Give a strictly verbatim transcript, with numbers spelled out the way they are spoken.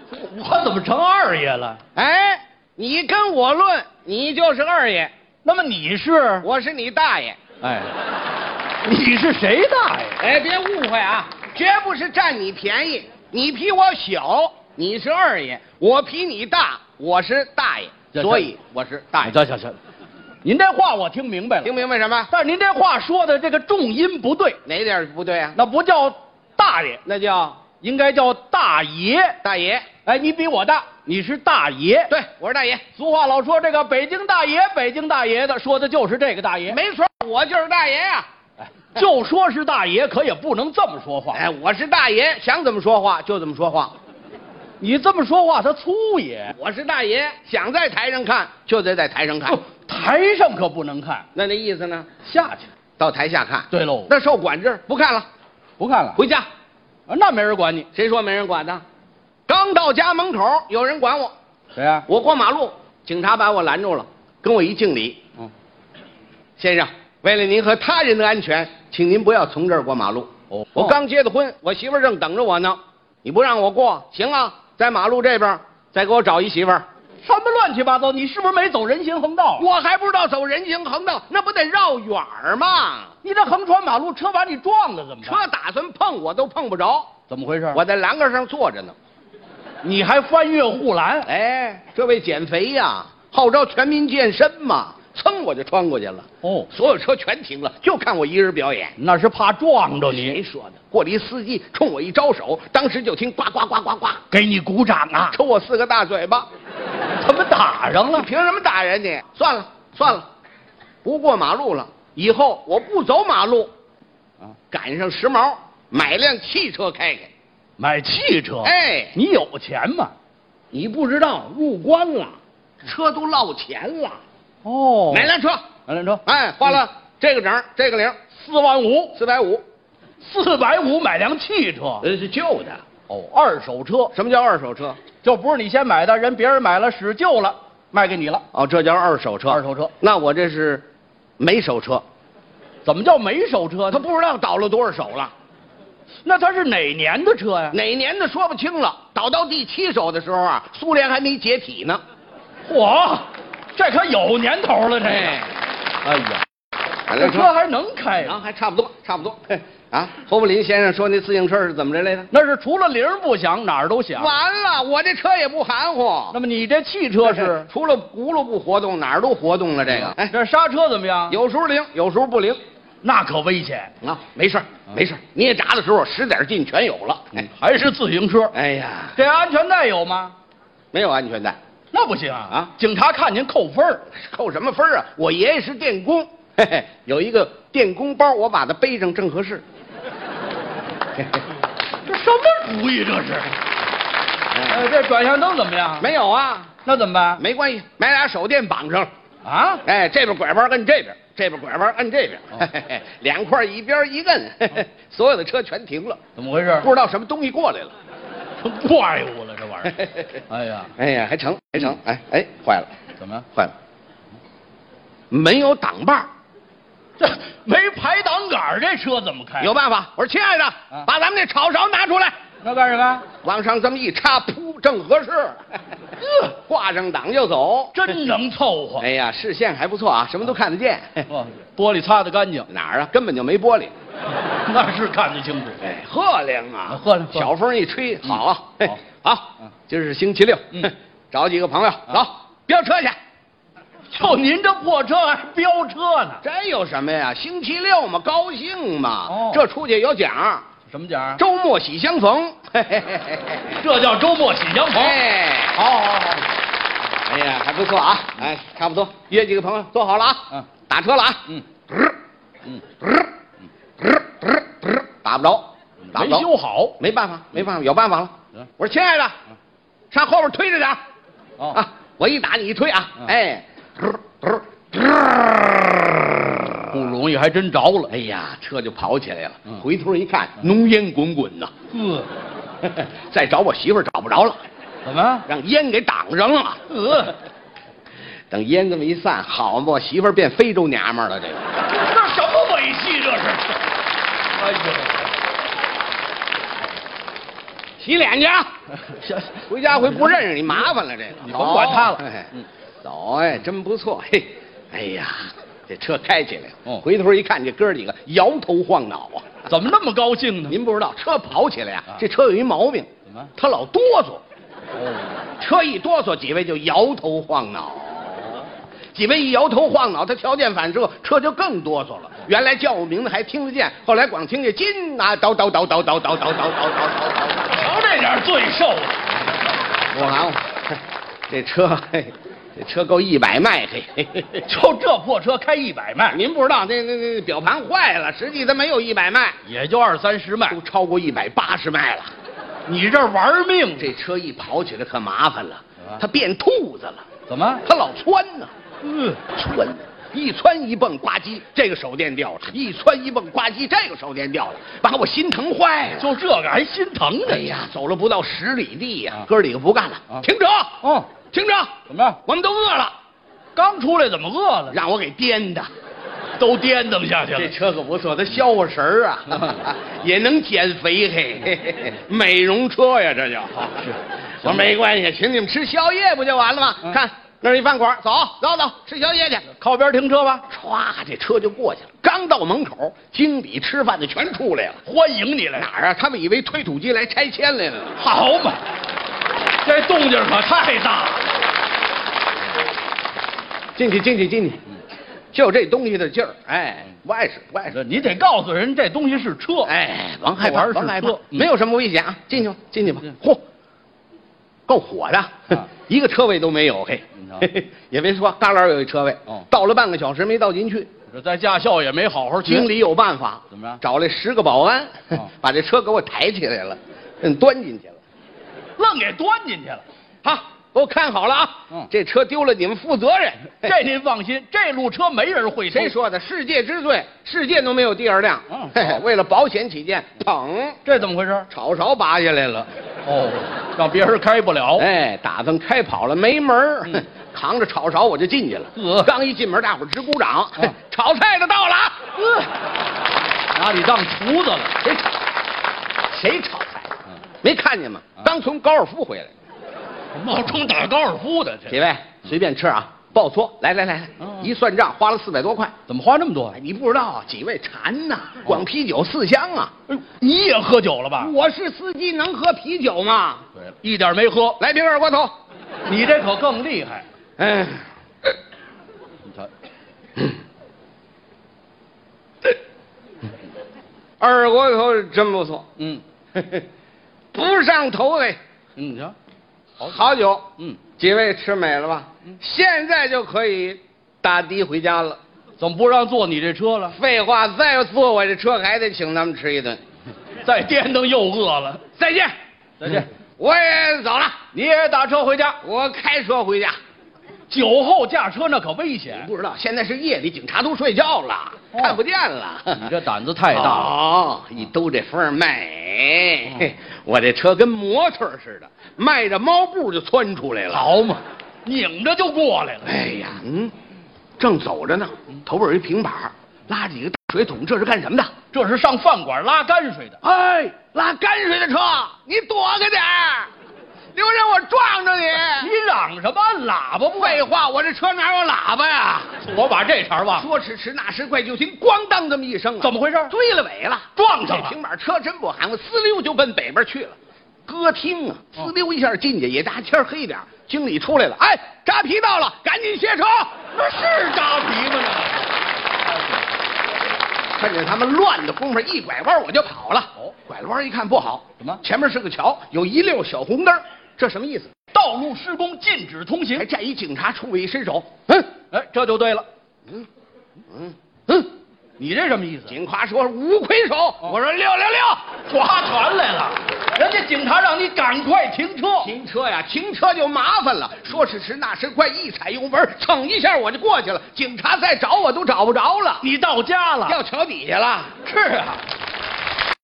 我怎么成二爷了？ 哎，你跟我论，你就是二爷。 那么你是？ 我是你大爷。 哎，你是谁大爷？ 哎，别误会啊，绝不是占你便宜。你比我小，你是二爷；我比你大，我是大爷。所以我是大爷。 行行行，您这话我听明白了。 听明白什么？ 但是您这话说的这个重音不对。 哪点不对啊？ 那不叫大爷， 那叫应该叫大爷。 大爷。 哎，你比我大，你是大爷。 对，我是大爷。 俗话老说这个北京大爷，北京大爷的，说的就是这个大爷。 没错，我就是大爷呀、 啊。哎，就说是大爷，可也不能这么说话。 哎，我是大爷，想怎么说话就怎么说话。 你这么说话，他粗野。 我是大爷，想在台上看就得在台上看。 不，台上可不能看。 那那意思呢？ 下去， 到台下看。 对喽。 那受管制，不看了， 不看了， 回家。 啊，那没人管你。 谁说没人管呢？刚到家门口，有人管我。 谁呀、啊？ 我过马路，警察把我拦住了，跟我一敬礼。 嗯， 先生，为了您和他人的安全，请您不要从这儿过马路。 哦， 我刚结的婚，我媳妇儿正等着我呢。你不让我过，行啊，在马路这边再给我找一媳妇儿。 什么乱七八糟？你是不是没走人行横道、啊？ 我还不知道走人行横道，那不得绕远儿吗？ 你这横穿马路，车把你撞了怎么办？ 车打算碰我都碰不着。 怎么回事？ 我在栏杆上坐着呢。 你还翻越护栏？ 哎，这为减肥呀，号召全民健身嘛，噌我就穿过去了。 哦， 所有车全停了，就看我一人表演。 那是怕撞着你。 谁说的？过来一司机冲我一招手，当时就听呱呱呱呱呱， 给你鼓掌啊， 抽我四个大嘴巴。 怎么打上了？ 你凭什么打人家？算了算了，不过马路了，以后我不走马路。啊，赶上时髦，买辆汽车开开。 买汽车？ 哎， 你有钱吗？ 你不知道，入关了，车都落钱了。 哦， 买辆车， 买辆车， 哎，花了这个整这个零， 四万五， 四百五， 四百五买辆汽车， 呃，是旧的。 哦，二手车。 什么叫二手车？ 就不是你先买的，人别人买了使旧了，卖给你了。 哦，这叫二手车。 二手车。 那我这是没手车。 怎么叫没手车？ 他不知道倒了多少手了。 那他是哪年的车呀？ 哪年的说不清了。倒到第七手的时候啊，苏联还没解体呢。 嚯，这可有年头了，这个。 哎， 哎呀，这车还能开啊？还差不多，差不多。啊，侯福林先生说那自行车是怎么着来的？ 那是除了铃不响，哪儿都响。 完了，我这车也不含糊。 那么你这汽车是除了轱辘不活动，哪儿都活动了。这个， 哎，这刹车怎么样？ 有时候灵，有时候不灵。 那可危险啊！没事没事，捏闸的时候使点劲全有了。 哎，还是自行车。 哎呀， 这安全带有吗？ 没有安全带， 那不行啊！ 啊， 警察看见扣分儿， 扣什么分啊？我爷爷是电工，嘿嘿，有一个电工包，我把它背上正合适。 嘿嘿，这什么主意这是？呃，这转向灯怎么样？ 没有啊， 那怎么办？ 没关系，买俩手电绑上。 啊？ 哎，这边拐弯摁这边。这边拐弯摁这边， 哦嘿嘿两块一边一摁，嘿嘿所有的车全停了。 怎么回事？ 不知道什么东西过来了， 怪物了这玩意儿。哎呀， 哎呀，还成还成，哎哎，坏了， 怎么坏了？没有挡把， 这没排挡杆，这车怎么开？ 有办法。我说亲爱的，啊、把咱们那炒勺拿出来。 那干什么？ 往上这么一插，噗，正合适。呵，挂上档就走， 真能凑合。 哎呀，视线还不错啊，什么都看得见。 哦，玻璃擦得干净。 哪儿啊？根本就没玻璃。 那是看得清楚。 哎，赫亮啊， 赫亮。 小风一吹，好啊， 好， 好。今儿是星期六，找几个朋友走，飙车去。 就您这破车还飙车呢？ 这有什么呀？星期六嘛，高兴嘛。 哦， 这出去有奖。 什么奖？ 周末喜相逢。 这叫周末喜相逢。 哎， 好好好。 哎呀，还不错啊。哎，差不多，约几个朋友，坐好了啊。 嗯。 打车了啊。 嗯。 嗯。打不着，打不着。 没修好， 没办法，没办法，有办法了。我说亲爱的，上后边推着点。 哦。 啊，我一打你一推啊，哎。 不容易，还真着了。 哎呀，车就跑起来了。嗯、回头一看，浓烟滚滚呐。 嗯， 再找我媳妇儿找不着了。 怎么？ 让烟给挡上了。 呃， 等烟这么一散，好嘛，我媳妇儿变非洲娘们了。这个， 这什么尾戏？这是？哎呦， 洗脸去啊！ 行， 回家回不认识你，麻烦了这个。 你甭管他了。 哎嗯， 走哎，真不错。嘿，哎呀，这车开起来了。 哦回头一看，这哥几个摇头晃脑啊。 怎么那么高兴呢？ 您不知道，车跑起来呀、 啊这车有一毛病， 怎么？ 它老哆嗦。 哦， 车一哆嗦，几位就摇头晃脑。几位一摇头晃脑，他条件反射，车就更哆嗦了。原来叫我名字还听得见，后来光听见金啊叨叨叨叨叨叨叨叨叨叨叨叨。 瞧这点罪受的。 我看这车，嘿，这车够一百迈，嘿，嘿嘿嘿就这破车开一百迈， 您不知道，那那那表盘坏了，实际它没有一百迈， 也就二三十迈都，超过一百八十迈了。 你这玩命， 这车一跑起来可麻烦了啊， 它变兔子了， 怎么？ 它老窜呢。 嗯， 窜，一窜一蹦，呱唧，这个手电掉了；一窜一蹦，呱唧，这个手电掉了，把我心疼坏了。 就这个还心疼呢。 哎呀，走了不到十里地呀、 啊哥几个不干了， 啊停车！ 哦， 停车！ 怎么样？ 我们都饿了， 刚出来怎么饿了？ 让我给颠的。 都颠蹬下去了。 这车可不错，它消化食儿啊，也能减肥嘿嘿嘿嘿，美容车呀，这叫。 是， 我说没关系，请你们吃宵夜不就完了吗？ 嗯看那儿一饭馆，走走走，吃宵夜去。 靠边停车吧， 歘，这车就过去了。刚到门口，经理吃饭的全出来了。 欢迎你来。 哪儿啊？他们以为推土机来拆迁来了。 好嘛，这动静可太大了。 进去，进去，进去。就这东西的劲儿，哎，不碍事，不碍事。 你得告诉人这东西是车。 哎，甭害怕， 这玩意儿是甭害怕车，嗯没有什么危险啊。进去吧，进去吧嗯。 嚯，够火的， 啊一个车位都没有，嘿你瞧， 嘿嘿也别说，旮旯有一车位。 哦到了半个小时没到进去， 这在驾校也没好好学。 经理有办法， 怎么样找来十个保安哦， 把这车给我抬起来了，嗯，端进去了。 愣给端进去了。 好，给我看好了啊！ 嗯这车丢了你们负责任。 这您放心，这路车没人会偷。 谁说的？世界之最，世界都没有第二辆。 嗯嘿嘿为了保险起见，砰， 这怎么回事？ 炒勺拔下来了。 哦，让别人开不了。 哎，打算开跑了，没门儿、 嗯扛着炒勺我就进去了。 呵刚一进门，大伙儿直鼓掌。 啊嘿炒菜的到了啊！ 呵，拿你当厨子了。 谁炒？谁炒菜？ 嗯没看见吗？ 啊刚从高尔夫回来。 冒充打高尔夫的，这几位随便吃啊，报错。来来来来， 嗯一算账花了四百多块。 怎么花那么多哎，？你不知道啊，几位馋呐，光啤酒四箱啊。 哎呦，你也喝酒了吧？ 我是司机，能喝啤酒吗？ 对了，一点没喝。 来瓶二锅头。 你这可更厉害。 哎， 你瞧， 二锅头真不错， 嗯不上头哎， 嗯，你瞧， 好酒。 嗯， 几位吃美了吧？现在就可以打的回家了。 怎么不让坐你这车了？ 废话，再要坐我这车，还得请他们吃一顿。 再颠蹬又饿了。 再见， 再见。 我也走了， 你也打车回家。 我开车回家。 酒后驾车那可危险。 不知道，现在是夜里，警察都睡觉了， 哦看不见了。 你这胆子太大了。 哦，一兜这风儿美，嘿我这车跟模特似的，迈着猫步就窜出来了。 好嘛，拧着就过来了。 哎呀，嗯，正走着呢，头边有一平板儿，拉着几个大水桶，这是干什么的？ 这是上饭馆拉泔水的。 哎，拉泔水的车，你躲开点儿，留神我撞着你。 你嚷什么？喇叭不废话，我这车哪有喇叭呀？ 我把这茬忘了。 说时迟，那时快，就听咣当这么一声啊， 怎么回事？ 追了尾了， 撞上了这平板车真不含糊，滋溜就奔北边去了。歌厅啊，滋溜一下进去，也大天黑点儿经理出来了，哎，扎皮到了，赶紧卸车。 那是扎皮吗？ 看见他们乱的功夫，一拐弯我就跑了。 哦， 拐了弯一看不好， 怎么前面是个桥，有一溜小红灯，这什么意思？ 道路施工禁止通行还。站一警察冲我一伸手，嗯哎，这就对了。 嗯嗯嗯， 你这什么意思？ 警察说五魁首，我说六六六， 划船来了。人家警察让你赶快停车。 停车呀，停车就麻烦了。说时迟，那时快，一踩油门，蹭一下我就过去了。警察再找我都找不着了， 你到家了。 掉桥底下了。 是啊，